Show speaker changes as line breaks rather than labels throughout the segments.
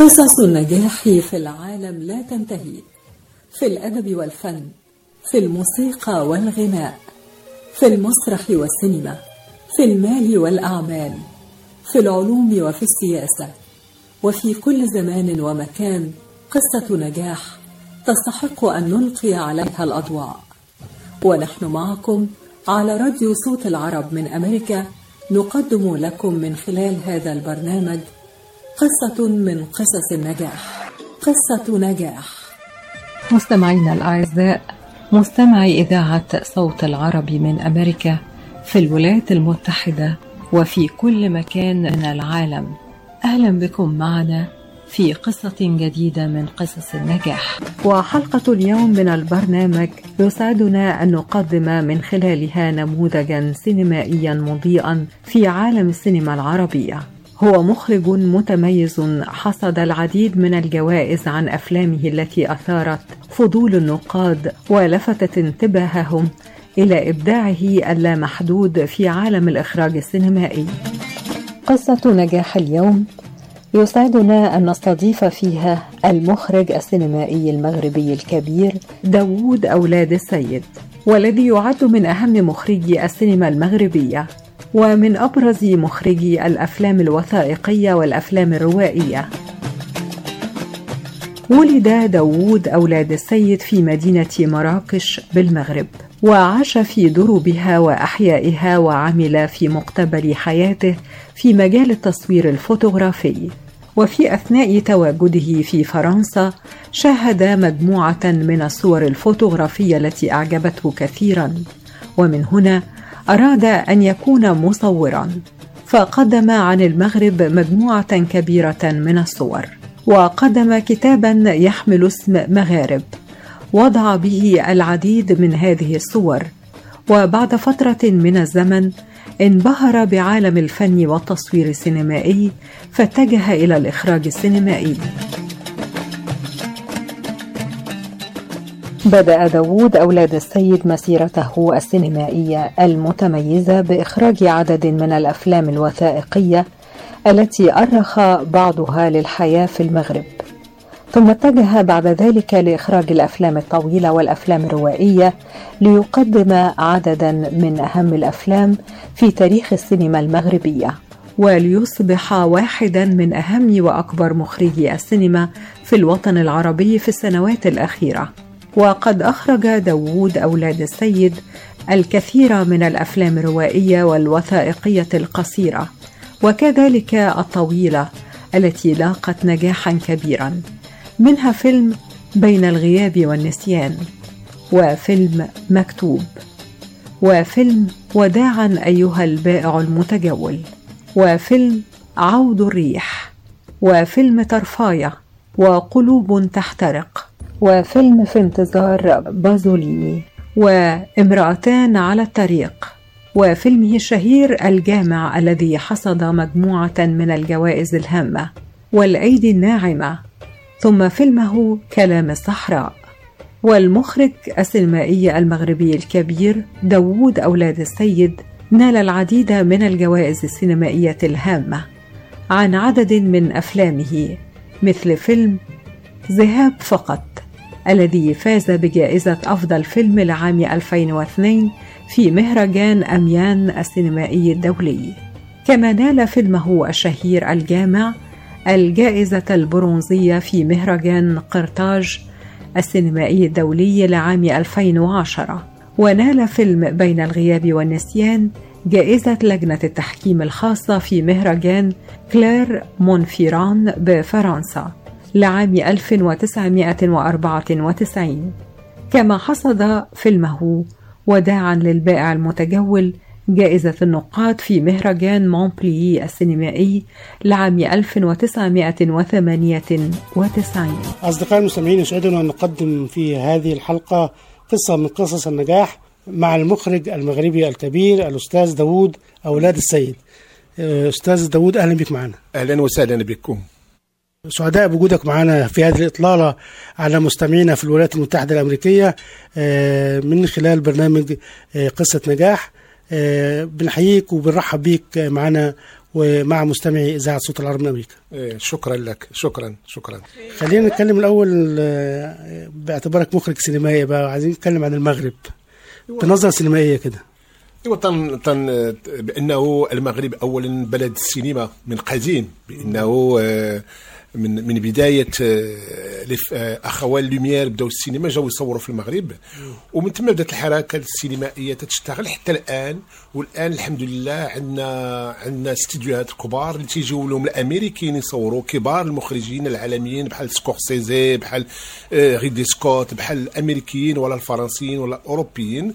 قصص النجاح في العالم لا تنتهي، في الأدب والفن، في الموسيقى والغناء، في المسرح والسينما، في المال والأعمال، في العلوم وفي السياسة، وفي كل زمان ومكان قصة نجاح تستحق أن نلقي عليها الأضواء. ونحن معكم على راديو صوت العرب من أمريكا نقدم لكم من خلال هذا البرنامج قصة من قصص النجاح، قصة نجاح.
مستمعينا الأعزاء، مستمعي إذاعة صوت العرب من أمريكا في الولايات المتحدة وفي كل مكان من العالم، أهلا بكم معنا في قصة جديدة من قصص النجاح. وحلقة اليوم من البرنامج يسعدنا أن نقدم من خلالها نموذجا سينمائيا مضيئا في عالم السينما العربية. هو مخرج متميز حصد العديد من الجوائز عن أفلامه التي أثارت فضول النقاد ولفتت انتباههم إلى إبداعه اللامحدود في عالم الإخراج السينمائي. قصة نجاح اليوم يسعدنا أن نستضيف فيها المخرج السينمائي المغربي الكبير داوود أولاد السيد، والذي يعد من أهم مخرجي السينما المغربية ومن أبرز مخرجي الأفلام الوثائقية والأفلام الروائية. ولد داوود أولاد السيد في مدينة مراكش بالمغرب، وعاش في دروبها وأحيائها، وعمل في مقتبل حياته في مجال التصوير الفوتوغرافي. وفي أثناء تواجده في فرنسا شاهد مجموعة من الصور الفوتوغرافية التي أعجبته كثيرا، ومن هنا أراد أن يكون مصورا، فقدم عن المغرب مجموعة كبيرة من الصور، وقدم كتابا يحمل اسم مغارب وضع به العديد من هذه الصور. وبعد فترة من الزمن انبهر بعالم الفن والتصوير السينمائي، فاتجه إلى الإخراج السينمائي. بدأ داوود أولاد السيد مسيرته السينمائية المتميزة بإخراج عدد من الأفلام الوثائقية التي أرخ بعضها للحياة في المغرب، ثم اتجه بعد ذلك لإخراج الأفلام الطويلة والأفلام الروائية ليقدم عددا من أهم الأفلام في تاريخ السينما المغربية، وليصبح واحدا من أهم وأكبر مخرجي السينما في الوطن العربي في السنوات الأخيرة. وقد أخرج داوود أولاد السيد الكثير من الأفلام الروائية والوثائقية القصيرة، وكذلك الطويلة التي لاقت نجاحا كبيرا، منها فيلم بين الغياب والنسيان، وفيلم مكتوب، وفيلم وداعا أيها البائع المتجول، وفيلم عود الريح، وفيلم طرفاية، وقلوب تحترق، وفيلم في انتظار بازوليني، وامرأتان على الطريق، وفيلمه الشهير الجامع الذي حصد مجموعة من الجوائز الهامة، والأيدي الناعمة، ثم فيلمه كلام الصحراء. والمخرج السينمائي المغربي الكبير داوود أولاد السيد نال العديد من الجوائز السينمائية الهامة عن عدد من أفلامه، مثل فيلم ذهاب فقط الذي فاز بجائزة أفضل فيلم لعام 2002 في مهرجان أميان السينمائي الدولي. كما نال فيلمه الشهير الجامع الجائزة البرونزية في مهرجان قرطاج السينمائي الدولي لعام 2010. ونال فيلم بين الغياب والنسيان جائزة لجنة التحكيم الخاصة في مهرجان كلير مونفيران بفرنسا لعام 1994. كما حصد فيلمه وداعا للبائع المتجول جائزة النقاد في مهرجان مونبليي السينمائي لعام 1998.
أصدقائي المستمعين، يسعدنا أن نقدم في هذه الحلقة قصة من قصص النجاح مع المخرج المغربي الكبير الأستاذ داوود أولاد السيد. أستاذ داوود، أهلا بك معنا.
أهلا وسهلا بكم.
سعداء بوجودك معنا في هذه الإطلالة على مستمعينا في الولايات المتحدة الأمريكية من خلال برنامج قصة نجاح. بنحييك وبنرحب بيك معنا ومع مستمعي إذاعة صوت العرب من أمريكا.
شكرا لك. شكرا.
خلينا نتكلم الأول باعتبارك مخرج سينمائي بقى، عايزين نتكلم عن المغرب بنظرة سينمائية كده.
بأنه المغرب أولا بلد السينما من قديم، بأنه من بداية أخوان لوميير بدأوا السينما جاوا يصوروا في المغرب، ومن ثم بدأت الحركة السينمائية تشتغل حتى الآن. والآن الحمد لله عندنا استديوهات كبار اللي تيجيو لهم الأمريكيين يصوروا، كبار المخرجين العالميين بحال سكورسيزي، بحال ريدلي سكوت، بحال الأمريكيين ولا الفرنسيين ولا الأوروبيين.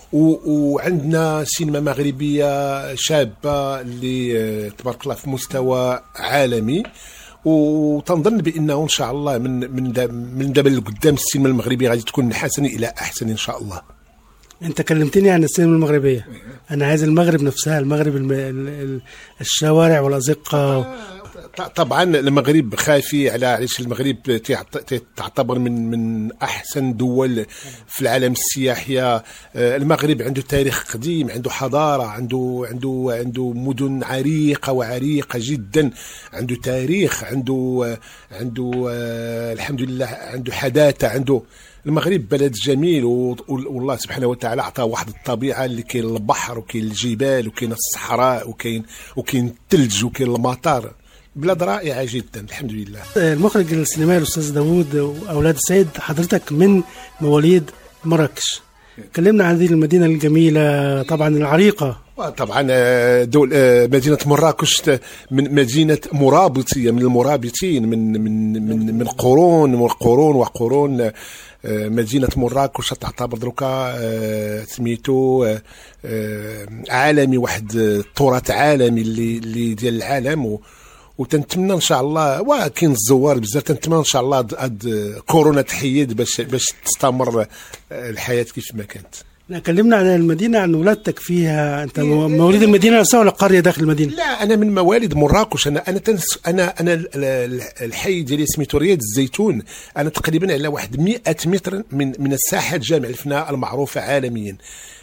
وعندنا سينما مغربية شابة اللي تبارك الله في مستوى عالمي، وتنظن بانه ان شاء الله من دابا لقدام السينما المغربيه غادي تكون من حسن الى احسن ان شاء الله.
انت كلمتني عن السينما المغربيه، انا عايز المغرب نفسها، المغرب الشوارع والازقه.
طبعا المغرب خافي على علاش المغرب تعتبر من احسن دول في العالم السياحيه. المغرب عنده تاريخ قديم، عنده حضاره، عنده مدن عريقه وعريقه جدا، عنده تاريخ، عنده الحمد لله عنده حداثه، عنده المغرب بلد جميل، والله سبحانه وتعالى عطاه واحد الطبيعه اللي كاين البحر وكاين الجبال وكاين الصحراء وكاين الثلج وكاين المطار. بلاد رائعة جدا الحمد لله.
المخرج السينمائي الأستاذ داوود وأولاد السيد، حضرتك من مواليد مراكش، كلمنا عن هذه المدينة الجميلة طبعا العريقة.
طبعا مدينة مراكش من مدينة مرابطية، من المرابطين من قرون. مدينة مراكش تعتبر دروكا سميتو عالمي، واحد التراث عالمي اللي ديال العالم، وتنتمنى ان شاء الله، وكاين الزوار بزاف، تنتمنى ان شاء الله هاد كورونا تحيد باش تستمر الحياه كيف ما كانت.
كلمنا عن المدينه، عن ولادتك فيها. انت مواليد المدينه نفسها ولا قريه داخل المدينه؟
لا، انا من مواليد مراكش. انا الحي ديالي سميتو رياض الزيتون. انا تقريبا على واحد 100 متر من الساحه جامع الفناء المعروفه عالميا.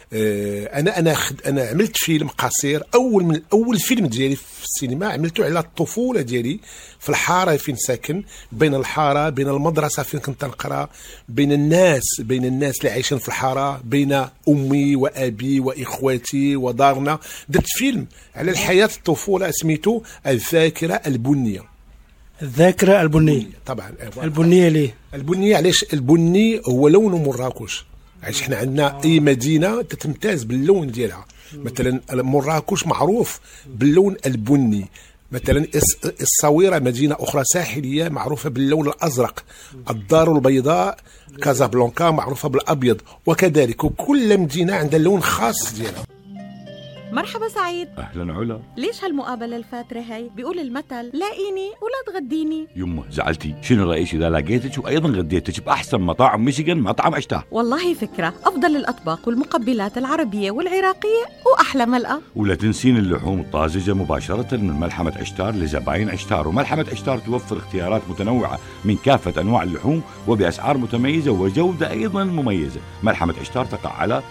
انا عملت فيلم قصير، اول فيلم ديالي في السينما عملته على الطفوله ديالي في الحاره فين ساكن، بين الحاره، بين المدرسه فين كنت نقرا، بين الناس اللي عايشين في الحاره، بين امي وابي واخواتي ودارنا. درت فيلم على الحياه الطفوله سميتو الذاكره البنيه.
الذاكره البنيه طبعا. البنيه ليه؟
البنيه علاش؟ البني هو لون مراكش. علاش حنا عندنا اي مدينه تتمتاز باللون ديالها. مثلا مراكش معروف باللون البني. مثلا الصويره مدينه اخرى ساحليه معروفه باللون الازرق. الدار البيضاء كازابلانكا معروفه بالابيض، وكذلك وكل مدينه عندها لون خاص ديالها.
مرحبا سعيد.
اهلا علا.
ليش هالمقابله الفاتره هي؟ بيقول المثل لاقيني ولا تغديني.
يمه زعلتي، شنو رايك اذا لقيتك وايضا غديتك باحسن مطاعم ميشيغان، مطعم عشتار؟
والله فكره، افضل الاطباق والمقبلات العربيه والعراقيه واحلى ملقا.
ولا تنسين اللحوم الطازجه مباشره من ملحمه عشتار لزباين عشتار. وملحمه عشتار توفر اختيارات متنوعه من كافه انواع اللحوم وباسعار متميزه وجوده ايضا مميزه. ملحمه عشتار تقع على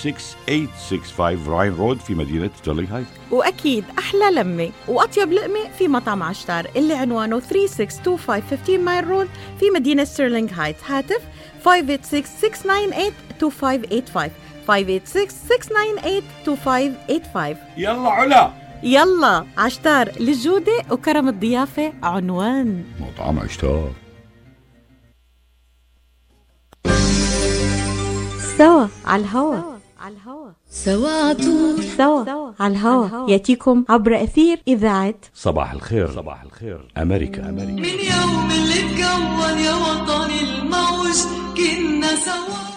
36865 راين رود في مدينة ستيرلينغ هايت.
وأكيد أحلى لمة وأطيب لقمة في مطعم عشتار اللي عنوانه 3625 15 مايل رود في مدينة ستيرلينغ هايت. هاتف 586-698-2585 586-698-2585.
يلا علا
يلا. عشتار للجودة وكرم الضيافة عنوان
مطعم عشتار.
سوا على الهوا. سوا على الهوا ياتيكم عبر أثير إذاعة
صباح الخير أمريكا.
من يوم اللي تكون يا وطني الموج كنا سوا.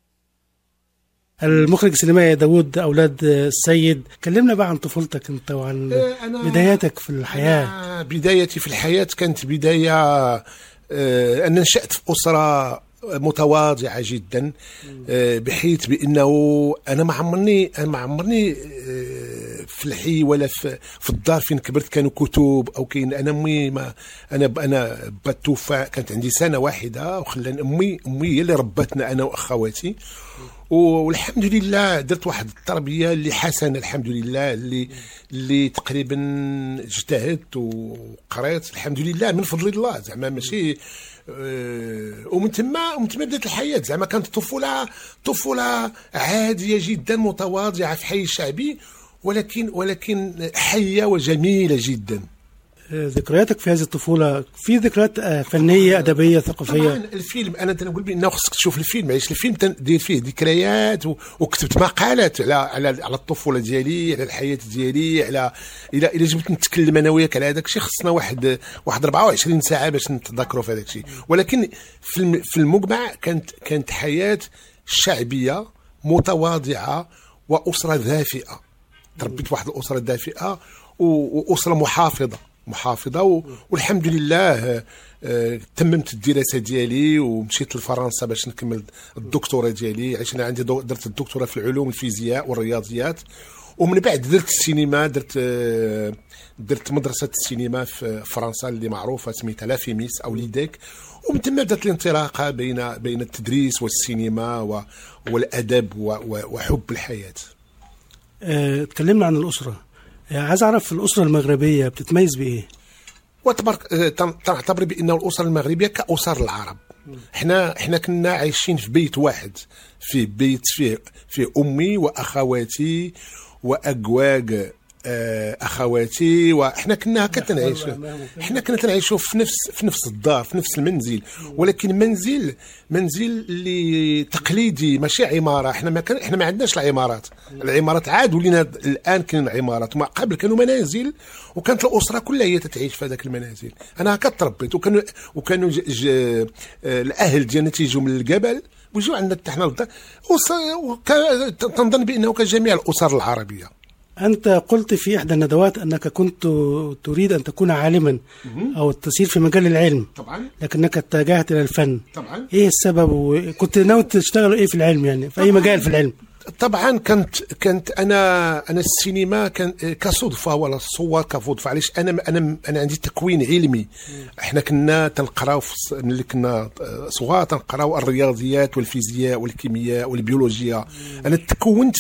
المخرج السينمائي داوود أولاد السيد، كلمنا بقى عن طفولتك انت وعن بداياتك في الحياة.
بدايتي في الحياة كانت بداية أن نشأت في أسرة متواضعة جدا، بحيث بأنه أنا ما عمرني في الحي ولا في الدار فين كبرت كانوا كتب أو كاين. أنا أمي أنا بتوفى كانت عندي سنة واحدة، وخلاني أمي هي اللي ربتنا أنا وأخواتي. والحمد لله درت واحد التربيه اللي حسنه الحمد لله، اللي تقريبا اجتهدت وقريت الحمد لله من فضل الله زعما ماشي. ومن تما بدات الحياه زعما كانت طفوله عاديه جدا متواضعه في حي الشعبي، ولكن حيه وجميله جدا.
ذكرياتك في هذه الطفولة في ذكريات فنية أدبية ثقافية؟
طبعا الفيلم أنا تنقول بأنه خصك تشوف الفيلم، علاش الفيلم تدير فيه ذكريات وكتبت مقالات على الطفولة ديالي، على الحياة ديالي، على إلا جبت نتكلم أنا وياك على هذاك الشيء خصنا واحد 24 ساعة باش نتذكروا في هذاك الشيء. ولكن في المجمع كانت حياة شعبية متواضعة وأسرة دافئة. تربيت واحد الأسرة دافئة وأسرة محافظة والحمد لله تممت الدراسة ديالي ومشيت لفرنسا باش نكمل الدكتوراه ديالي، علاش انا درت الدكتوراه في العلوم الفيزياء والرياضيات. ومن بعد درت السينما، درت مدرسة السينما في فرنسا اللي معروفة سميتها لا فيميس أو ليديك. ومن ثم بدات الانطلاقة بين التدريس والسينما والأدب وحب الحياة.
تكلمنا عن الأسرة، عايز أعرف الأسرة المغربية بتتميز بإيه؟
تعتبر بأن الأسرة المغربية كأسر العرب. احنا كنا عايشين في بيت واحد، في بيت فيه أمي وأخواتي وأقواق أخواتي، وإحنا كنا تنعيشوا في نفس الدار، في نفس المنزل، ولكن منزل اللي تقليدي ماشي عمارة. إحنا ما عندناش العمارات عاد ولينا الآن كاين عمارات، ما قبل كانوا منازل، وكانت الأسرة كلها هي تتعيش في هذاك المنازل. أنا هكا تربيت، وكانوا الأهل ديالنا تيجوا من الجبل ويجوا عندنا حتى حنا للدار، تنظن بأنه كجميع الأسر العربية.
أنت قلت في إحدى الندوات أنك كنت تريد أن تكون عالما أو تسير في مجال العلم،
طبعا،
لكنك اتجهت إلى الفن.
طبعا.
إيه السبب؟ وكنت ناوي تشتغل إيه في العلم، يعني في أي مجال في العلم؟
طبعا كانت انا السينما كان كصدفه ولا الصور كصدفه. علاش انا عندي تكوين علمي. احنا كنا تنقراو ملي كنا صغار تنقراو الرياضيات والفيزياء والكيمياء والبيولوجيا. انا تكونت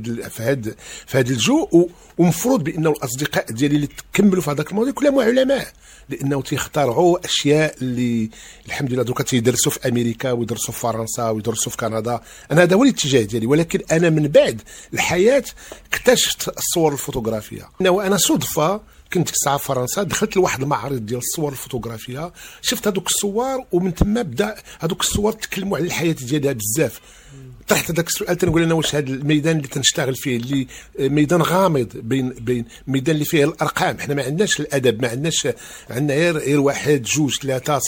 في هذا الجو، ومفروض بان الاصدقاء ديالي اللي تكملوا في هذاك الموضوع كلهم علماء، لانه تيخترعوا اشياء اللي الحمد لله دوكا تيدرسوا في امريكا ويدرسوا في فرنسا ويدرسوا في كندا. انا هذا هو الاتجاه ديالي. ولكن انا من بعد الحياه اكتشفت الصور الفوتوغرافيه. وانا صدفه كنت في فرنسا دخلت لواحد المعرض ديال الصور الفوتوغرافيه، شفت هذوك الصور، ومن ثم بدا هذوك الصور تكلموا على الحياه ديالها بزاف. طرحت هذاك السؤال، تنقول انا واش هذا الميدان اللي تنشتغل فيه اللي ميدان غامض بين ميدان اللي فيه الارقام. احنا ما عندناش الادب، ما عندناش، عندنا غير 1 2 3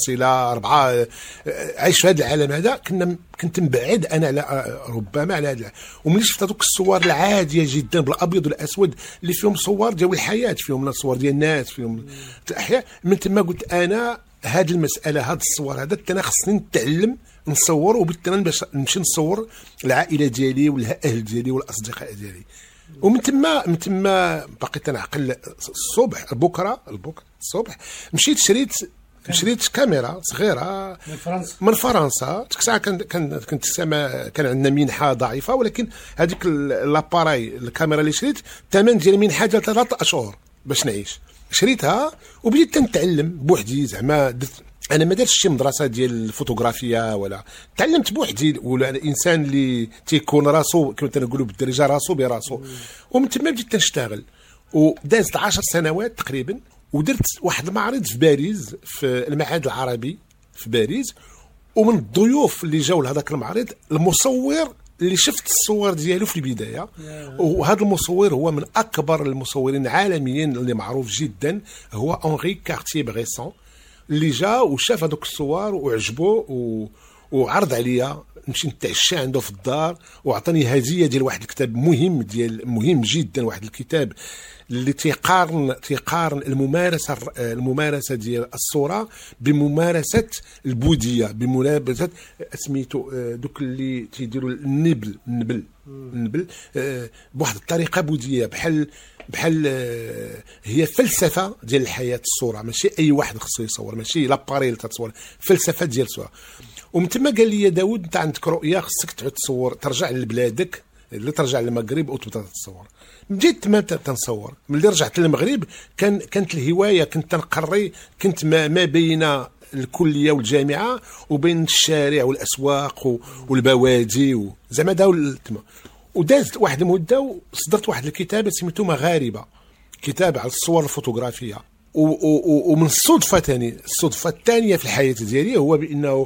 0.4. عايش في هذا العالم هذا. كنت مبعد انا على ربما على هذا. وملي شفت هذوك الصور العاديه جدا بالابيض والاسود اللي فيهم صور ديال الحياه، فيهم صور ديال الناس، فيهم الاحياء، من تما قلت انا هذه المساله، هذه الصور هذا انا خصني نتعلم نصور، وبالتالي باش نمشي نصور العائله ديالي والاهل ديالي والاصدقاء ديالي. ومن تما بقيت تنعقل الصبح بكره الصبح مشيت شريت كاميرا صغيره من فرنسا. ديك الساعه كنت كان عندنا منحه ضعيفه، ولكن هذيك لاباراي الكاميرا اللي شريت الثمن ديال المنحه ديال 3 اشهر باش نعيش. شريتها وبديت تنتعلم بوحدي. زعما انا ما درتش شي مدرسه ديال الفوتوغرافيا ولا تعلمت بوحدي، ولا الانسان اللي تيكون راسو كما تنقولوا بالدرجه راسو براسو. ومن تما بديت تنشتغل، ودازت 10 سنوات تقريبا، ودرت واحد المعرض في باريس في المعهد العربي في باريس. ومن الضيوف اللي جاوا لهذاك المعرض المصور اللي شفت الصور ديالو في البدايه، وهذا المصور هو من اكبر المصورين عالميا اللي معروف جدا، هو أنري كارتيه-بريسون، اللي جا وشاف هذوك الصور وعجبه وعرض عليا نمشي نتعشى عنده في الدار، وعطاني هديه ديال واحد الكتاب مهم جدا، واحد الكتاب اللي تيقارن الممارسه ديال الصوره بممارسه البوذيه، بممارسه سميتو دوك اللي تيديروا النبل بواحد الطريقه بوذيه، بحال هي فلسفه ديال الحياه الصوره، ماشي اي واحد خصو يصور، ماشي لاباريل تتصور، فلسفه ديال الصوره. ومن تما قال لي داود انت عندك رؤيه، خصك تعود تصور، ترجع لبلادك، اللي ترجع للمغرب وتبدا تصور. بديت تما تنصور. ملي رجعت للمغرب كانت الهوايه، كنت تنقري، كنت ما بين الكليه والجامعه وبين الشارع والاسواق والبوادي زعما داو تما. ودازت واحد المده وصدرت واحد الكتاب سميتو مغاربه، كتاب على الصور الفوتوغرافيه. ومن الصدفه الثانيه في الحياه ديالي هو بانه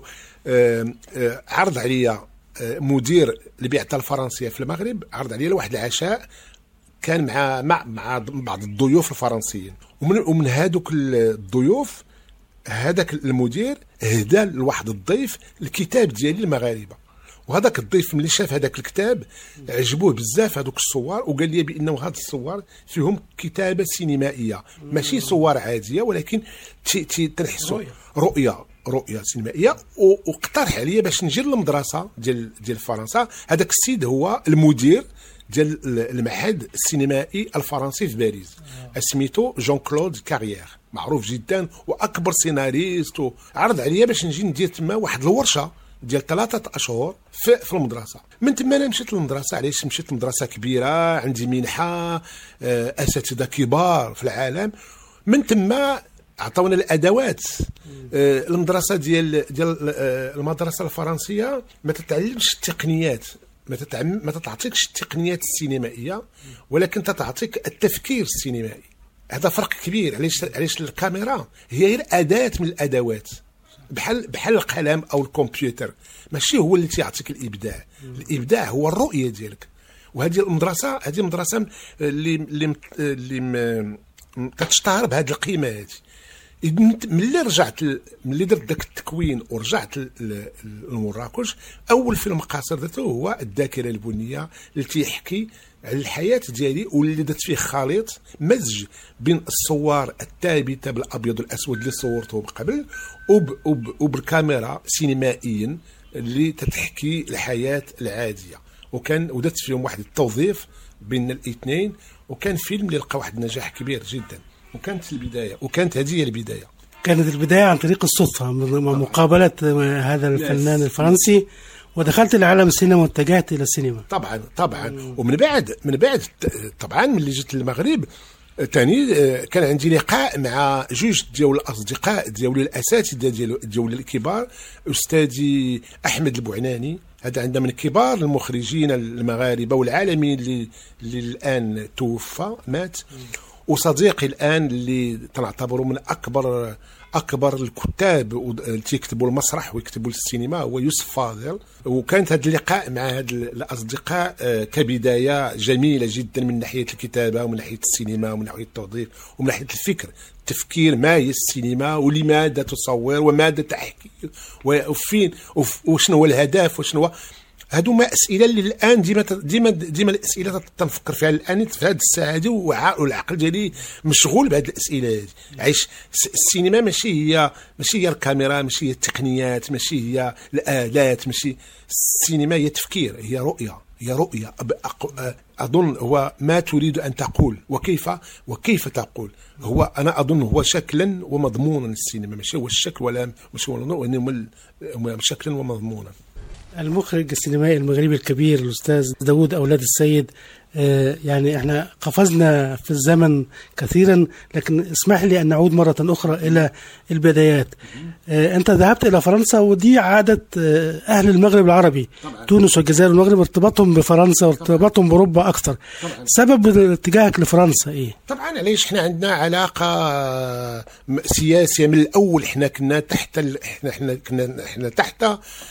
عرض عليا مدير البعثه الفرنسيه في المغرب، عرض عليا واحد العشاء كان مع بعض الضيوف الفرنسيين. ومن هذوك الضيوف هذاك المدير اهدى لواحد الضيف الكتاب ديالي المغاربه. وهذاك الضيف ملي شاف هذاك الكتاب عجبوه بزاف هذوك الصور، وقال لي بانه هاد الصور فيهم كتابه سينمائيه، ماشي صور عاديه، ولكن تنحسوا رؤيه سينمائيه. واقترح عليا باش نجي للمدرسه ديال فرنسا. هذاك السيد هو المدير ديال المعهد السينمائي الفرنسي في باريس، سميتو جون كلود كارير، معروف جدا واكبر سيناريست. عرض عليا باش نجي ندير تما واحد الورشه ديال 3 أشهر في المدرسه. من تما انا مشيت للمدرسه. علاش مشيت للمدرسه؟ كبيره، عندي منحه، اساتذه كبار في العالم. من تما عطاونا الادوات. المدرسه ديال المدرسه الفرنسيه ما تتعلمش التقنيات، ما تعطيكش التقنيات السينمائيه، ولكن تعطيك التفكير السينمائي. هذا فرق كبير. علاش الكاميرا هي غير اداه من الادوات، بحال القلم او الكمبيوتر، ماشي هو اللي تيعطيك الابداع. الابداع هو الرؤيه ديالك. وهذه المدرسه اللي تتشتهر بهذه القيمه هذه. ملي درت ذاك التكوين ورجعت لمراكش، اول فيلم قاصر درته هو الذاكره البنيه، اللي تيحكي على الحياه ديالي، واللي درت فيه خليط مزج بين الصور الثابته بالابيض والاسود اللي صورته قبل وبالكاميرا سينمائيا اللي تتحكي الحياه العاديه. ودرت فيهم واحد التوظيف بين الاثنين، وكان فيلم اللي لقى واحد النجاح كبير جدا. وكانت هذه هي البدايه.
كانت البدايه عن طريق الصدفه، مع مقابله هذا الفنان الفرنسي، ودخلت لعالم السينما واتجهت الى السينما.
طبعا. ومن بعد طبعا ملي جيت للمغرب ثاني كان عندي لقاء مع جوج ديال الاصدقاء ديالي، الاساتذه ديالي الكبار، استاذي احمد البعناني، هذا عندنا من كبار المخرجين المغاربه والعالميين اللي الان توفى مات، وصديقي الان اللي تنعتبره من اكبر الكتاب اللي تيكتبوا المسرح ويكتبوا السينما، هو يوسف فاضل. وكانت هذا اللقاء مع هاد الاصدقاء كبدايه جميله جدا من ناحيه الكتابه ومن ناحيه السينما ومن ناحيه التوظيف ومن ناحيه الفكر، التفكير ما هي السينما ولماذا تصور وماذا تحكي وفين وشنو هو الهدف وشنو هو. هادو ما اسئله اللي الان ديما الاسئله تنفكر فيها الان في هذه الساعه هذه، والعقل ديالي مشغول بهذه الاسئله هذه. عايش السينما ماشي هي الكاميرا، ماشي هي التقنيات، ماشي هي الالات، ماشي السينما هي تفكير، هي رؤيه اظن هو ما تريد ان تقول وكيف تقول. انا اظن هو شكلا ومضمونا السينما، ماشي هو الشكل ولا ماشي هو شكلا ومضمونا.
المخرج السينمائي المغربي الكبير الأستاذ داود أولاد السيد، يعني احنا قفزنا في الزمن كثيرا، لكن اسمح لي أن نعود مرة أخرى إلى البدايات. أنت ذهبت إلى فرنسا، ودي عادة أهل المغرب العربي طبعا. تونس والجزائر والمغرب ارتباطهم بفرنسا وارتباطهم بأوروبا أكثر طبعا. سبب اتجاهك لفرنسا إيه؟
طبعا علاش احنا عندنا علاقة سياسية من الأول. احنا كنا تحت احنا تحت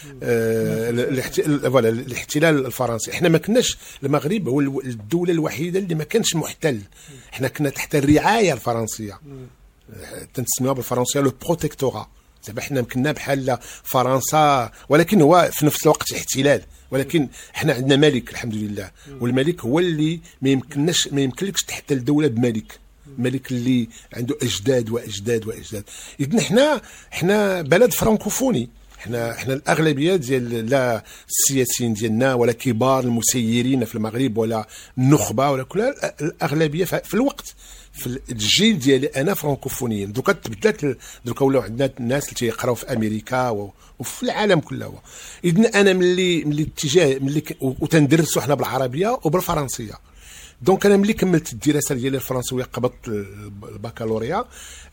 الاحتلال الفرنسي. احنا ما كناش، المغرب هو الدولة الوحيدة اللي ما كانش محتل. احنا كنا تحت الرعاية الفرنسية، تنسميوها بالفرنسية لو بروتيكتورا. زعما احنا كنا بحال فرنسا، ولكن هو في نفس الوقت احتلال، ولكن احنا عندنا ملك الحمد لله، والملك هو اللي ما يمكنلكش تحتل دوله بملك، ملك اللي عنده اجداد واجداد واجداد. اذن احنا بلد فرانكوفوني، احنا الاغلبيه ديال لا السياسيين ديالنا ولا كبار المسيرين في المغرب ولا النخبه ولا كل الاغلبيه في الوقت في الجيل ديالي انا فرانكوفونيين. دوكا تبدلات، دوكا ولاو عندنا الناس اللي تيقراو في امريكا وفي العالم كله. اذن انا ملي اتجاه وتندرسوا حنا بالعربيه وبالفرنسيه. دونك انا ملي كملت الدراسه ديالي الفرنسويه قبضت البكالوريا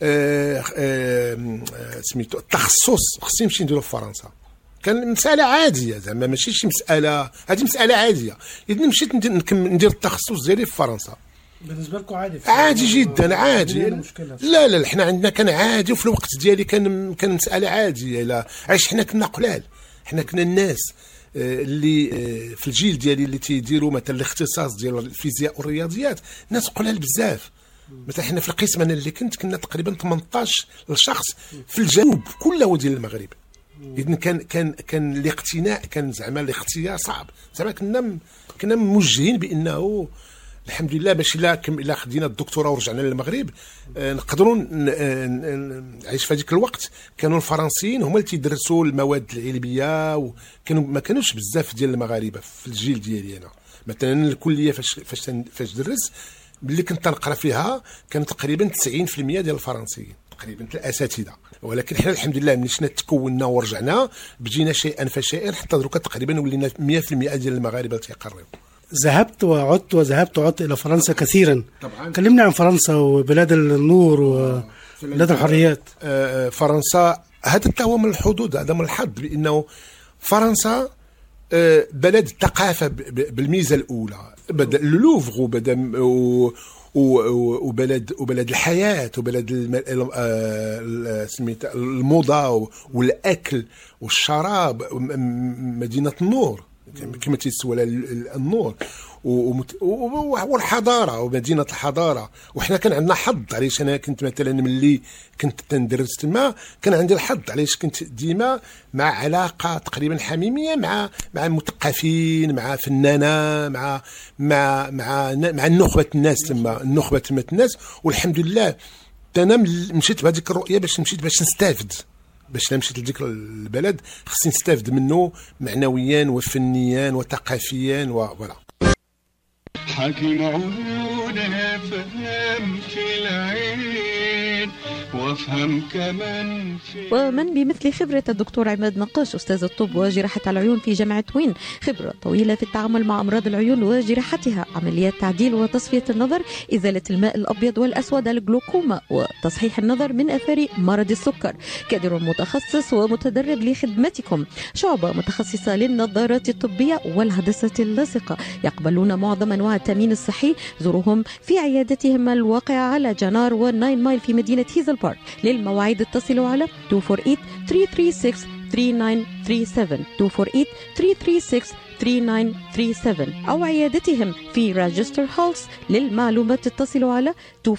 سميتو التخصص خصني نمشي نديرو في فرنسا. كان مساله عاديه زعما ماشي شي مساله، هذه مساله عاديه. اذا مشيت ندير التخصص ديالي في فرنسا.
بالنسبه لكم عادي؟
عادي جدا عادي. لا حنا عندنا كان عادي، وفي الوقت ديالي كان مساله عاديه. لا عايش حنا كنا قلال، حنا كنا الناس اللي في الجيل ديالي اللي تيديروا مثلا الاختصاص ديال الفيزياء والرياضيات ناس قلال بزاف. مثلا حنا في القسم انا اللي كنا تقريبا 18 شخص في الجنوب كله ديال المغرب. اذا كان الاقتناء، كان زعما الاختيار صعب، زعما كنا موجهين بانه الحمد لله باش الا خدينا الدكتوراه ورجعنا للمغرب نقدروا نعيش في هذيك الوقت. كانوا الفرنسيين هما اللي تيدرسوا المواد العلميه، وكانوا ما كانوش بزاف ديال المغاربه في الجيل ديالي انا. مثلا الكليه فاش درس اللي كنت نقرا فيها كان تقريبا 90% ديال الفرنسيين تقريبا الاساتذه. ولكن حنا الحمد لله ملي شنا تكوننا ورجعنا بدينا شيئا فشيئا حتى دروكا تقريبا ولينا 100% ديال المغاربه تيقريو.
ذهبت وعدت إلى فرنسا كثيرا. طبعا كلمنا عن فرنسا وبلاد النور وبلاد الحريات.
فرنسا هذا هو من الحظوظ، هذا من الحظ، بأنه فرنسا بلد الثقافة بالميزة الأولى. بدأ اللوفر وبلد الحياة وبلد الموضة والأكل والشراب، مدينة النور كما تيسوى النور والحضاره ومدينه الحضاره. وحنا كان عندنا حظ، علاش انا كنت مثلا ملي كنت تندرس تما كان عندي الحظ، علاش كنت ديما مع علاقه تقريبا حميميه مع المثقفين، مع فنانه، مع النخبه الناس تما، النخبه تما الناس. والحمد لله انا مشيت بهذيك الرؤيه باش نستافد، باش مشيت لديك البلد خصني نستافد منه معنويا وفنيا وثقافيا وفوالا.
حكيم عيونها فهم في العين وافهم كمان في.
ومن بمثل خبرة الدكتور عماد نقاش أستاذ الطب وجراحة العيون في جامعة وين، خبرة طويلة في التعامل مع أمراض العيون وجراحتها، عمليات تعديل وتصفية النظر، إزالة الماء الأبيض والأسود، الجلوكوما، وتصحيح النظر من آثار مرض السكر. كادر متخصص ومتدرب لخدمتكم، شعبة متخصصة للنظارات الطبية والهندسة اللاصقة، يقبلون معظم أنواع التأمين الصحي. زوروهم في عيادتهم الواقعة على جنار والناين مايل في مدينة هيزل بارك. للمواعيد اتصلوا على 248-336-3937 248-336-3937 أو عيادتهم في راجستر هولس. للمعلومات اتصلوا على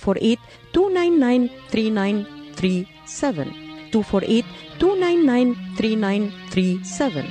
248-299-3937 248-299-3937.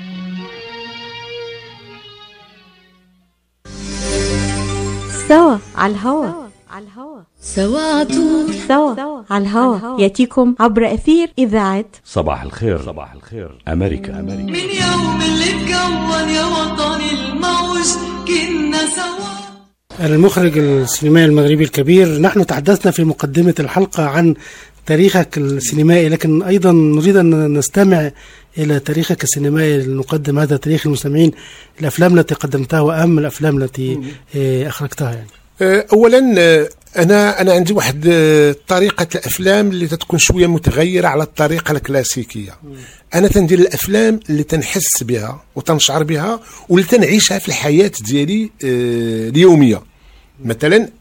سوا على الهوا،
سوا عطول،
سوا على الهوا، ياتيكم عبر أثير إذاعة
صباح الخير أمريكا.
من يوم اللي اتكون يا وطني الموج كنا سوا.
المخرج السينمائي المغربي الكبير، نحن تحدثنا في مقدمة الحلقة عن تاريخك السينمائي، لكن أيضا نريد أن نستمع إلى تاريخك السينمائي، نقدم هذا تاريخ المستمعين، الأفلام التي قدمتها وأهم الأفلام التي أخرجتها يعني.
اولا انا عندي واحد طريقه الافلام اللي تكون شويه متغيره على الطريقه الكلاسيكيه. انا تندير الافلام اللي تنحس بها وتنشعر بها واللي تنعيشها في الحياه ديالي اليوميه. مثلا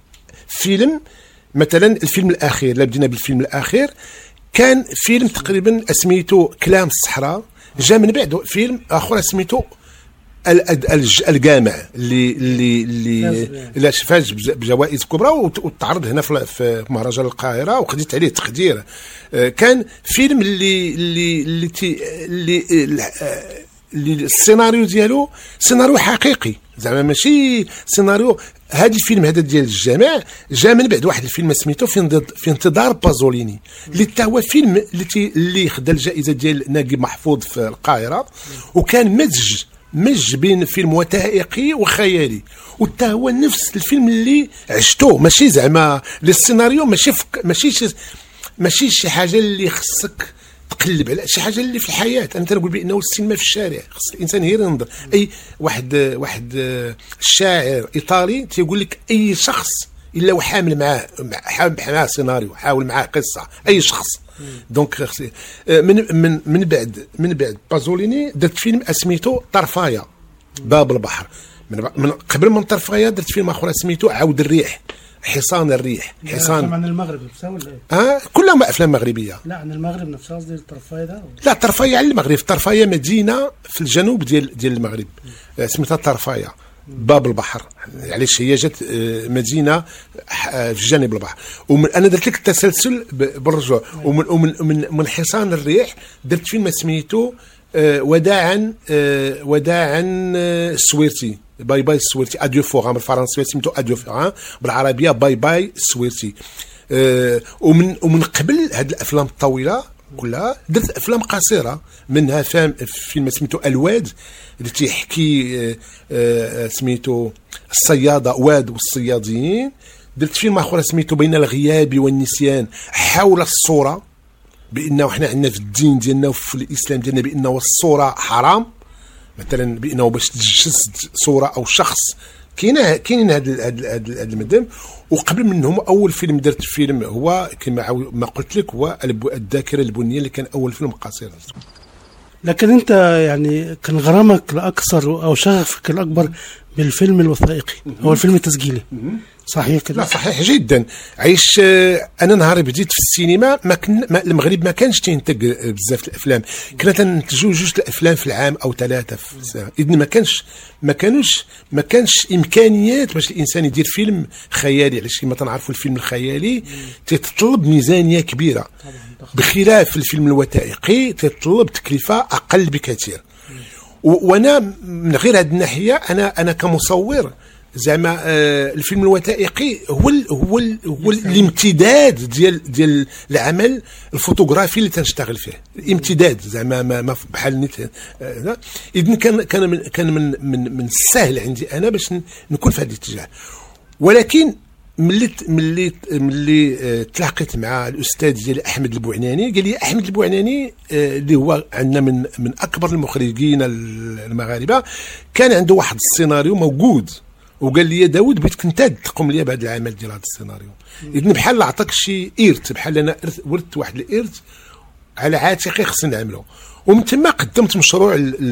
الفيلم الاخير، لا بدينا بالفيلم الاخير، كان فيلم تقريبا اسميته كلام الصحراء. جاء من بعد فيلم اخر اسميته الجامع اللي فاز بجوائز كبرى وتعرض هنا في مهرجان القاهره وخديت عليه تقدير. كان فيلم اللي اللي السيناريو ديالو سيناريو حقيقي، زعما ماشي سيناريو. هذا الفيلم هذا ديال الجماع جا من بعد واحد الفيلم سميتو في انتظار بازوليني، اللي حتى هو فيلم اللي خدا الجائزه ديال نجيب محفوظ في القاهره، وكان مزج بين فيلم وثائقي وخيالي، وحتى هو نفس الفيلم اللي عشتوه، ماشي زعما السيناريو ماشي شي حاجه اللي خصك تقلب على شي حاجه اللي في الحياه. انا تنقول بانه السينما في الشارع، خص الانسان غير ينظر. اي واحد الشاعر ايطالي تيقول لك اي شخص الا وحامل معاه سيناريو، حاول معاه قصه، اي شخص. دونك من بعد بازوليني درت فيلم اسميتو طرفايه باب البحر. من قبل من طرفايه درت فيلم اخر سميتو عود الريح، حصان الريح. حصان
عن المغرب نفسه ولا ايه؟
كلها افلام مغربيه.
لا عن المغرب نفسه، قصدي الطرفايه ده.
لا طرفايه على المغرب، طرفايه مدينه في الجنوب ديال المغرب سميتها طرفايه باب البحر، علاش هي جات مدينه في جانب البحر. انا درت لك التسلسل بالرجوع. ومن حصان الريح درت فيلم سميتو وداعا السويرتي، باي باي السويرتي، اديو فوغان بالفرنسيه سميتو اديو فوغان، بالعربيه باي باي السويرتي. ومن قبل هاد الافلام الطويله كلها درت افلام قصيره، منها فيلم سميتو الواد اللي تيحكي سميتو الصياده واد والصيادين. درت فيلم اخر سميتو بين الغياب والنسيان، حول الصوره، بانه حنا عندنا في الدين ديالنا وفي الاسلام ديالنا بانه الصوره حرام، مثلا بانه باش تجسد صوره او شخص كاينين هذا المدام. وقبل منهم اول فيلم درت فيلم هو كما ما قلت لك هو الذاكره البنيه، اللي كان اول فيلم قصير.
لكن انت يعني كان غرامك الاكثر او شغفك الاكبر بالفيلم الوثائقي هو الفيلم التسجيلي، صحيح كده؟
لا صحيح جدا. عايش انا نهار بديت في السينما المغرب ما كانش تنتج بزاف الافلام، كنا تنتجوا جوج الافلام في العام او ثلاثه في السنه، اذن ما كانش امكانيات باش الانسان يدير فيلم خيالي. علاش كما تنعرفوا الفيلم الخيالي تتطلب ميزانيه كبيره، بخلاف الفيلم الوثائقي تتطلب تكلفه اقل بكثير. وانا من غير هذه الناحيه انا كمصور زعما الفيلم الوثائقي هو الامتداد ديال العمل الفوتوغرافي اللي تنشتغل فيه، الامتداد زعما ما بحال نيت. اذن كان من السهل عندي انا باش نكون في هذا الاتجاه. ولكن ملي تلاقيت مع الاستاذ ديالي احمد البوعناني، قال لي احمد البوعناني اللي هو عندنا من اكبر المخرجين المغاربه، كان عنده واحد السيناريو موجود، وقال لي يا داود بغيتك انت تقوم لي بهذا العمل ديال هذا السيناريو. اذن بحال عطاك شي ايرت، بحال انا ورثت واحد الايرت على عاتقي خصني نعمله. ومن ثم قدمت مشروع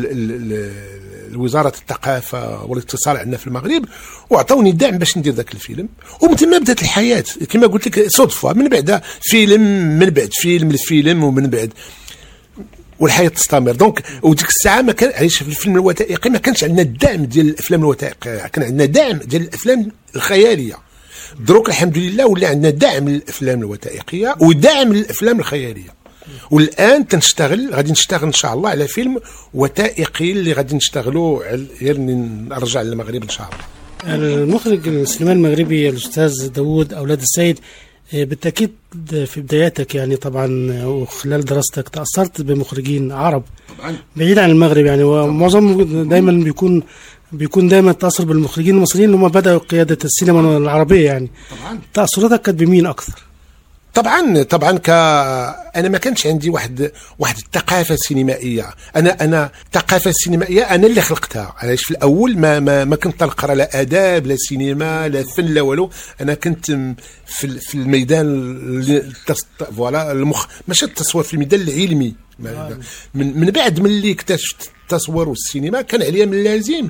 وزاره الثقافه والاتصال عندنا في المغرب، وعطاوني الدعم باش ندير ذاك الفيلم. ومن ثم بدات الحياه كما قلت لك صدفه، من بعد فيلم، من بعد فيلم الفيلم، ومن بعد والحياه تستمر. دونك وديك الساعه ما كان علاش في الفيلم الوثائقي ما كانش عندنا الدعم ديال الافلام الوثائقيه، كان عندنا دعم ديال الافلام الخياليه. دروك الحمد لله ولا عندنا دعم للافلام الوثائقيه ودعم للافلام الخياليه. والان غادي نشتغل ان شاء الله على فيلم وثائقي اللي غادي نشتغلوا غير نرجع للمغرب ان شاء الله.
المخرج السينمائي المغربي الاستاذ داوود اولاد السيد، بالتاكيد في بداياتك يعني طبعا وخلال دراستك تاثرت بمخرجين عرب طبعا بعيد عن المغرب يعني، ومعظمهم دايما بيكون دايما التاثر بالمخرجين المصريين اللي هم بداوا قياده السينما العربيه يعني. طبعا تاثراتك كانت بمين اكثر؟
طبعا انا ما كانش عندي واحد الثقافه سينمائيه. انا الثقافه السينمائيه انا اللي خلقتها. علاش في الاول ما كنت نقرا لا اداب لا سينما لا فن لا والو. انا كنت في الميدان فوالا ماشي التصوير، في الميدان العلمي. من بعد ملي اكتشفت التصوير والسينما كان عليا من اللازم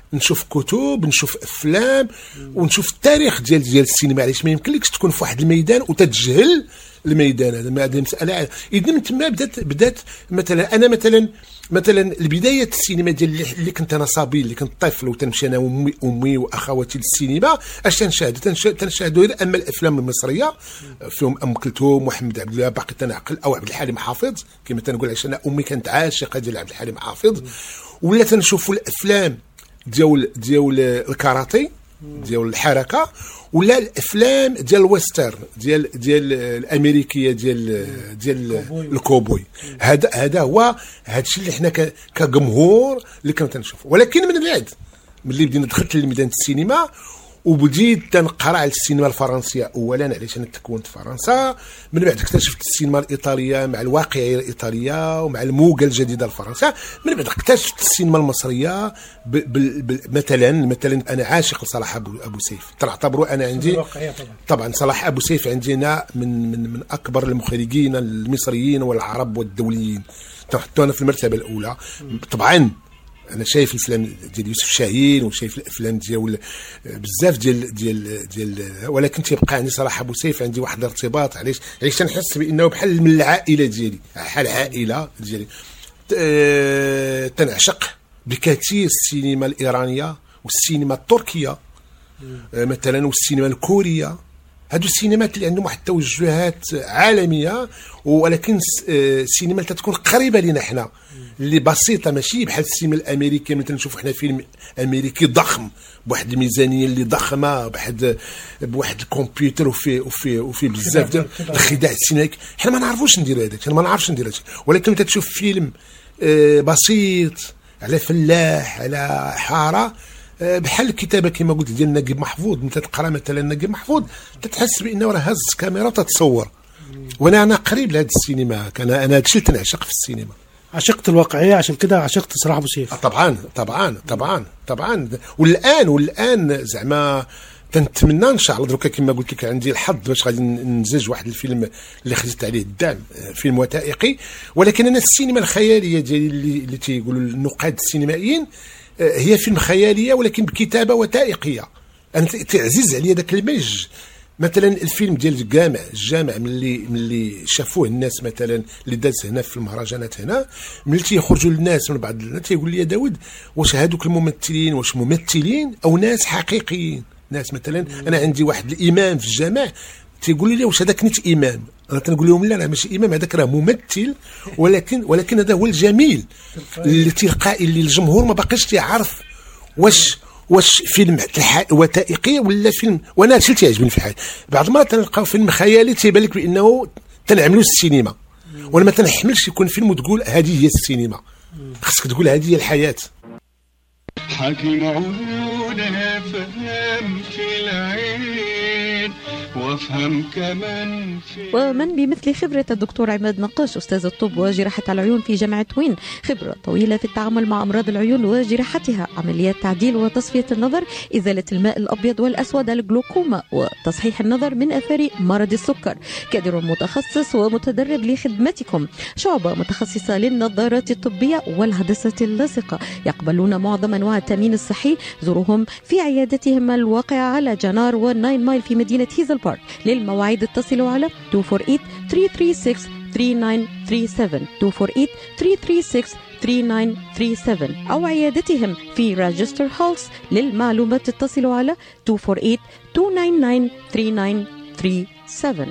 نشوف كتب، نشوف افلام، ونشوف التاريخ ديال السينما. علاش ما يمكنلكش تكون في واحد الميدان وتتجهل الميدان هذا؟ ما هذه مساله. اذا من تما بدات مثلا انا مثلا البدايه السينما ديال اللي كنت انا صبي، اللي كنت طفل وتنمشي انا وامي واخواتي للسينما. اش تنشاهدوا غير اما الافلام المصريه فيهم ام كلثوم، محمد عبد الوهاب، باقي تنعقل، او عبد الحليم حافظ كما تنقول، عشان انا امي كانت عاشقه ديال عبد الحليم حافظ. ولا تنشوفوا الافلام ديال الكاراتي، ديال الحركه، ولا الافلام ديال الويسترن ديال الامريكيه ديال الكوبوي. هذا هو الشيء اللي حنا كجمهور اللي كنا تنشوفوا. ولكن من بعد ملي بدينا دخلت لميدان السينما وبديت تنقرا على السينما الفرنسيه اولا، علاش انا تكونت في فرنسا. من بعد اكتشفت السينما الايطاليه مع الواقعيه الايطاليه ومع الموجه الجديده لفرنسا. من بعد اكتشفت السينما المصريه مثلا انا عاشق لصلاح ابو سيف، تنعتبره انا عندي طبعا صلاح ابو سيف عندنا من اكبر المخرجين المصريين والعرب والدوليين، تنحطو انا في المرتبه الاولى. طبعا انا شايف الافلام ديال يوسف شاهين وشايف الافلام ديال بزاف ديال ولكن تيبقى عندي صلاح ابو سيف عندي واحد الارتباط. علاش تنحس بانه بحال من العائله ديالي، بحال العائله ديالي. تنعشق بكثير السينما الايرانيه والسينما التركيه مثلا والسينما الكوريه. هادو السينمات اللي عندهم واحد التوجهات عالميه، ولكن السينما اللي تكون قريبه لنا حنا، اللي بسيطه، ماشي بحال السينما الامريكيه. مثلا نشوف حنا فيلم امريكي ضخم بواحد الميزانيه اللي ضخمه بواحد الكمبيوتر وفي بزاف ديال الخداع السينمائي. حنا ما نعرفوش نديروا هذاك، انا ما نعرفش ندير هذاك. ولكن انت تشوف فيلم بسيط على فلاح على حاره بحال الكتابه كما قلت ديال نجيب محفوظ، انت تقرا مثلا نجيب محفوظ تتحس بانه راه هز كاميرا تتصور. وانا قريب لهذه السينما، انا هذا الشيء اللي تنعشق في السينما.
عشقت الواقعيه، عشان كده عشقت صلاح ابو سيف. طبعا. والان زعما تنتمنى ان شاء الله دروكا كما قلت لك عندي الحظ باش غادي ننزج واحد الفيلم اللي خديت عليه الدعم، فيلم وثائقي. ولكن انا السينما الخياليه ديالي اللي تيقولوا النقاد السينمائيين هي فيلم خياليه ولكن بكتابه وثائقيه. انا تعزز عليا ذاك المج. مثلا الفيلم ديال الجامع ملي شافوه الناس مثلا اللي داز هنا في المهرجانات هنا، ملي تيخرجوا الناس من بعض الناس تيقول لي يا داود واش هذوك الممثلين واش ممثلين او ناس حقيقيين؟ ناس مثلا انا عندي واحد الامام في الجامع تيقول لي واش هذاك نيت امام؟ انا تنقول لهم لا ماشي امام، هذاك راه ممثل. ولكن هذا هو الجميل اللي تلقائي اللي الجمهور ما باقيش تيعرف واش فيلم وثائقي ولا فيلم. وانا هادشي اللي تيعجبني في الحياه. بعض المرات تلقاو فيلم خيالي تيبان لك بانه تنعملوا السينما، وانا ما تنحملش يكون فيلم وتقول هذه هي السينما. خصك تقول هذه هي الحياه.
حكيم عيونها فهم في العين وافهم كمان في.
ومن بمثل خبرة الدكتور عماد نقاش أستاذ الطب وجراحة العيون في جامعة وين، خبرة طويلة في التعامل مع أمراض العيون وجراحتها، عمليات تعديل وتصفية النظر، إزالة الماء الأبيض والأسود، الجلوكوما، وتصحيح النظر من أثار مرض السكر. كادر متخصص ومتدرب لخدمتكم، شعبة متخصصة للنظارات الطبية والهندسة اللاصقة، يقبلون معظم أنواع التأمين الصحي. زورهم في عيادتهم الواقعة على جنار والناين مايل في مدينة هيزل بارك. للمواعيد اتصلوا على 248-336-3937 248-336-3937 أو عيادتهم في راجستر هولز. للمعلومات اتصلوا على 248-299-3937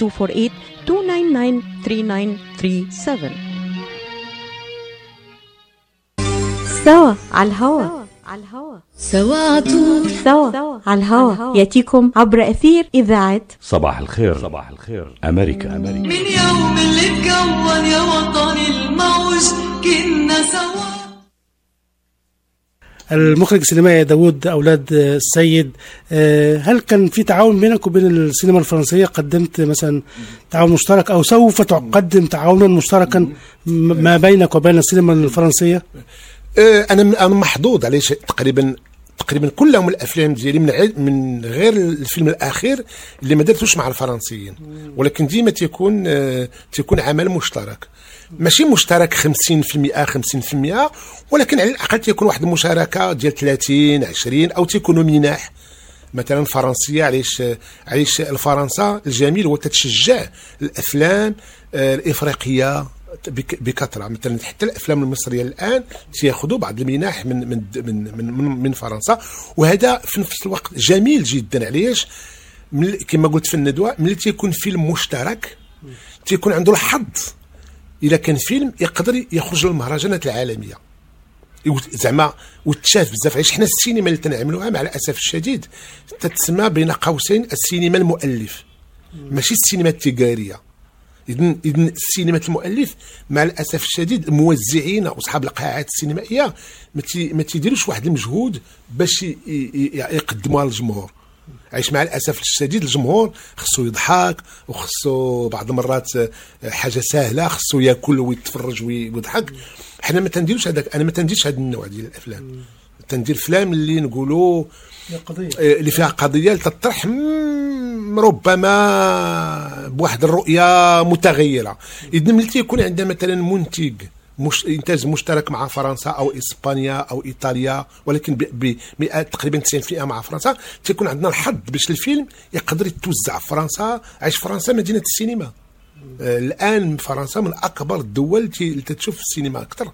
248-299-3937. سوا على الهوا، سوا عطول، سوا على الهوا، ياتيكم عبر أثير إذاعة
صباح الخير أمريكا.
من يوم اللي اتكون يا وطني الموج كنا سوا.
المخرج السينمائي داود أولاد السيد، هل كان في تعاون بينك وبين السينما الفرنسية؟ قدمت مثلا تعاون مشترك أو سوف تقدم تعاونا مشتركا ما بينك وبين السينما الفرنسية؟
انا محظوظ. علاش تقريبا تقريبا كلهم الافلام ديالي من غير الفيلم الاخير اللي ما درتوش مع الفرنسيين، ولكن ديما تيكون عمل مشترك، ماشي مشترك 50% 50%، ولكن على الاقل تيكون واحد المشاركه ديال 30 20 او تيكونوا مناح مثلا فرنسيه. علاش الفرنسا الجميل هو تتشجع الافلام الافريقيه بكثره، مثلا حتى الافلام المصريه الان تياخذوا بعض المنح من فرنسا، وهذا في نفس الوقت جميل جدا. علاش؟ كما قلت في الندوه، ملي تيكون فيلم مشترك تيكون عنده الحظ الا كان فيلم يقدر يخرج للمهرجانات العالميه زعما وتشاف بزاف. علاش حنا السينما اللي تنعملوها مع الاسف الشديد تتسمى بين قوسين السينما المؤلف، ماشي السينما التجاريه. إذن السينما المؤلف مع الاسف الشديد الموزعين واصحاب القاعات السينمائيه ما تيديروش واحد المجهود باش يقدموها للجمهور. عايش مع الاسف الشديد الجمهور خصو يضحك وخصو بعض المرات حاجه سهله، خصو ياكل ويتفرج ويضحك. حنا ما تنديروش هذاك، انا ما تنديرش هذا النوع ديال الافلام، تندير افلام اللي نقولوا اللي فيها قضيه تطرح ربما بواحد الرؤيه متغيره. اذا ملي تيكون عندنا مثلا منتج انتاج مشترك مع فرنسا او اسبانيا او ايطاليا، ولكن تقريبا 90% مع فرنسا، تيكون عندنا الحظ باش الفيلم يقدر يتوزع في فرنسا. عايش فرنسا مدينه السينما، الان فرنسا من اكبر الدول اللي تشوف السينما اكثر.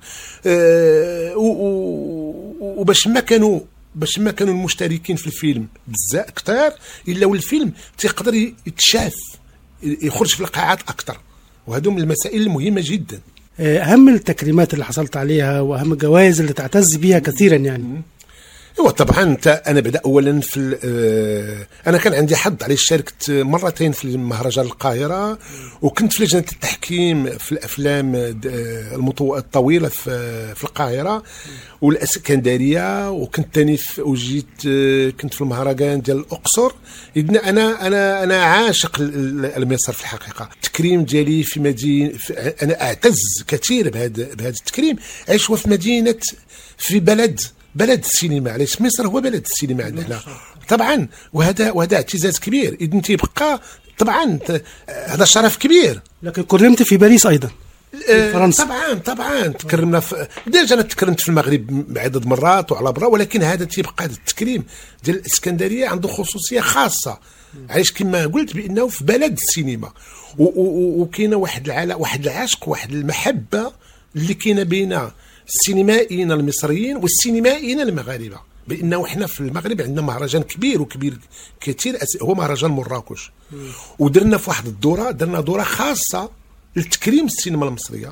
وباش ما كانوا المشتركين في الفيلم بزاف اكثر، الا والفيلم تيقدر يتشاف يخرج في القاعات اكثر. وهذو من المسائل المهمه جدا.
اهم التكريمات اللي حصلت عليها واهم الجوائز اللي تعتز بها كثيرا يعني؟
ايوا طبعا انا بدا اولا في انا كان عندي حظ، علاش شاركت مرتين في مهرجان القاهره، وكنت في لجنه التحكيم في الافلام الطويله في القاهره والاسكندريه، وكنت ثاني كنت في المهرجان ديال الاقصر. اذن انا عاشق المصر في الحقيقه. التكريم ديالي في مدينه انا اعتز كثير بهذا التكريم. عايش في مدينه في بلد السينما. علاش مصر هو بلد السينما عندنا طبعا، وهذا اعتزاز كبير. اذا تيبقى طبعا هذا شرف كبير.
لكن كرمت في باريس ايضا فرنسا.
طبعا تكرمنا ديجا انا تكرمت في المغرب عدة مرات وعلى برا، ولكن هذا تيبقى التكريم ديال الاسكندريه عنده خصوصيه خاصه. علاش؟ كما قلت بانه في بلد السينما، وكاينه واحد العشق واحد المحبه اللي كاينه بين السينمائيين المصريين والسينمائيين المغاربه. بانه احنا في المغرب عندنا مهرجان كبير كثير هو مهرجان مراكش، ودرنا في واحد درنا دوره خاصه لتكريم السينما المصريه،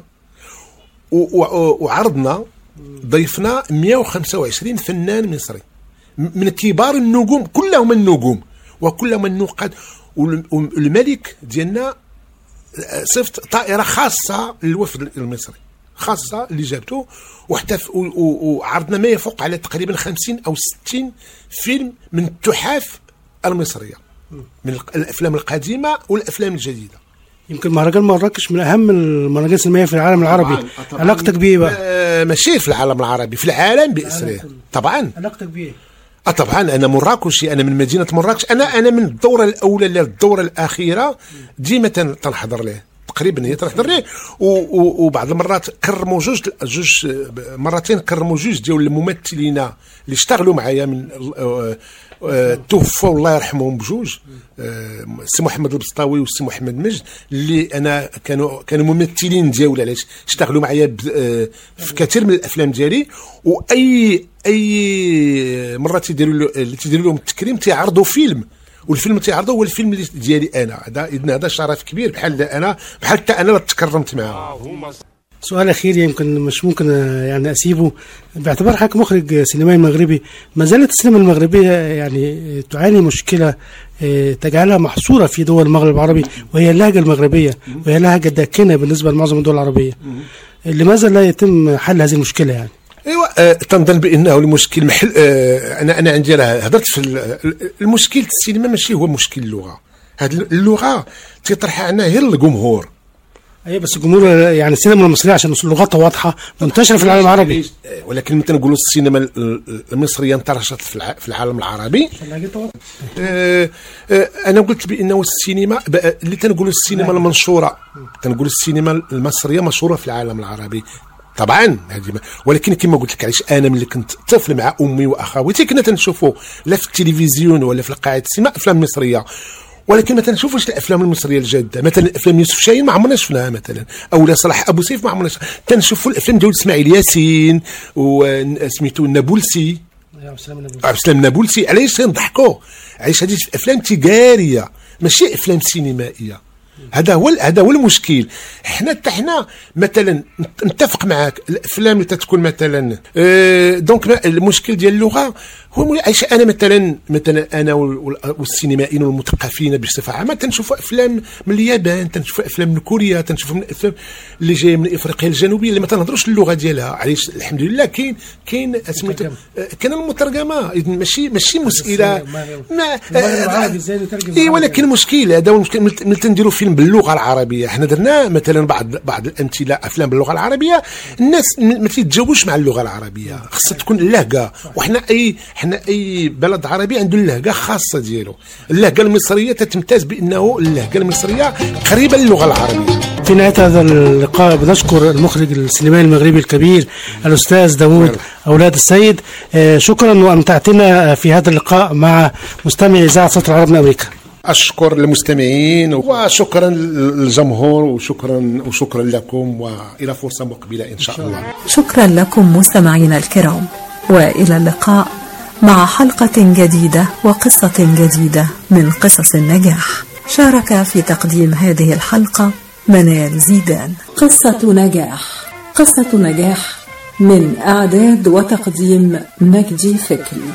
وعرضنا ضيفنا 125 فنان مصري من كبار النجوم، كلهم النجوم وكلهم النقاد. والملك ديالنا صفت طائره خاصه للوفد المصري خاصه اللي جابته، وحتى وعرضنا ما يفوق على تقريبا 50 او 60 فيلم من التحاف المصريه، من الافلام القديمه والافلام الجديده.
يمكن مهرجان مراكش من اهم المهرجانات السينمائيه في العالم العربي. طبعاً. علاقتك بيه بقى؟
ماشي في العالم العربي، في العالم باسره طبعا.
علاقتك بيه؟
طبعا انا مراكشي، انا من مدينه مراكش، انا من الدوره الاولى للدوره الاخيره ديما تنحضر ليه تقريبا، هي تنحضر ليه. وبعض المرات كرموا مرتين كرموا جوج ديال الممثلين اللي اشتغلوا معايا من توفوا الله يرحمهم بجوج، السي محمد البسطاوي والسي محمد مجد، اللي انا كانوا ممثلين ديالي. علاش؟ اشتغلوا معايا في كثير من الافلام ديالي، واي مره تيديروا لهم التكريم تيعرضوا فيلم، والفيلم تيعرضوا هو الفيلم ديالي انا. هذا شرف كبير، بحال انا اللي تكرمت معاه.
سؤال اخير يمكن مش ممكن يعني اسيبه، باعتبار حضرتك مخرج سينمائي مغربي، ما زالت السينما المغربيه يعني تعاني مشكله تجعلها محصوره في دول المغرب العربي، وهي اللهجه المغربيه، وهي لهجه داكنه بالنسبه لمعظم الدول العربيه. لماذا لا يتم حل هذه المشكله يعني؟
ايوه تنظن بانه المشكل محل. انا عندي هضرت في المشكل السينما، ماشي هو مشكل اللغه. هذه اللغه تيطرحها عنا غير الجمهور.
اي بس الجمهور يعني السينما المصريه عشان لغتها واضحه منتشره في العالم العربي،
ولكن مثلا نقولوا السينما المصريه انتشرت في العالم العربي. انا قلت بانه السينما اللي تنقولوا السينما المنشوره، تنقول السينما المصريه مشهوره في العالم العربي طبعا هذه، ولكن كما قلت لك علاش انا ملي كنت طفل مع امي واخواتي كنا تنشوفوا لا في التلفزيون ولا في قاعات السينما افلام مصريه، ولكن ما تنشوفوش الافلام المصريه الجاده. مثلا افلام يوسف شاهين ما عمرنا شفناها مثلا، او لا صلاح ابو سيف ما عمرنا تنشوفوا الافلام ديال اسماعيل ياسين وسميتو النابلسي، عبد السلام النابلسي. علاش تنضحكوا؟ علاش هذه افلام تجاريه ماشي افلام سينمائيه. هذا هو المشكل. حنا مثلا نتفق معك الافلام اللي تتكون مثلا دونك المشكل ديال اللغه هو علاش انا مثلا انا والسينمائيين والمثقفين بصفه عامه تنشوفوا افلام من اليابان، تنشوفوا افلام من كوريا، تنشوفوا من افلام اللي جايه من افريقيا الجنوبيه اللي ما تنهضروش اللغه ديالها. علاش؟ الحمد لله كاين المترجمه، ماشي مساله ما ولكن المشكل هذا هو المشكل. ملي تنديروا فيلم باللغه العربيه، حنا درنا مثلا بعض الامثله افلام باللغه العربيه، الناس ما تيتجاوبوش مع اللغه العربيه، خاصها تكون اللهجه، وحنا اي بلد عربي عنده اللهجه خاصه ديالو. اللهجه المصريه تتمتاز بانه اللهجه المصريه قريبه للغه العربيه.
في نهايه هذا اللقاء بنشكر المخرج السينمائي المغربي الكبير الاستاذ داوود اولاد السيد، شكرا وامتعتنا في هذا اللقاء مع مستمعي اذاعه صوت العرب من امريكا.
أشكر المستمعين وشكرا للجمهور وشكرا لكم، وإلى فرصة مقبلة إن شاء الله.
شكرا لكم مستمعينا الكرام، وإلى اللقاء مع حلقة جديدة وقصة جديدة من قصص النجاح. شارك في تقديم هذه الحلقة منال زيدان. قصة نجاح من إعداد وتقديم مجدي فكري.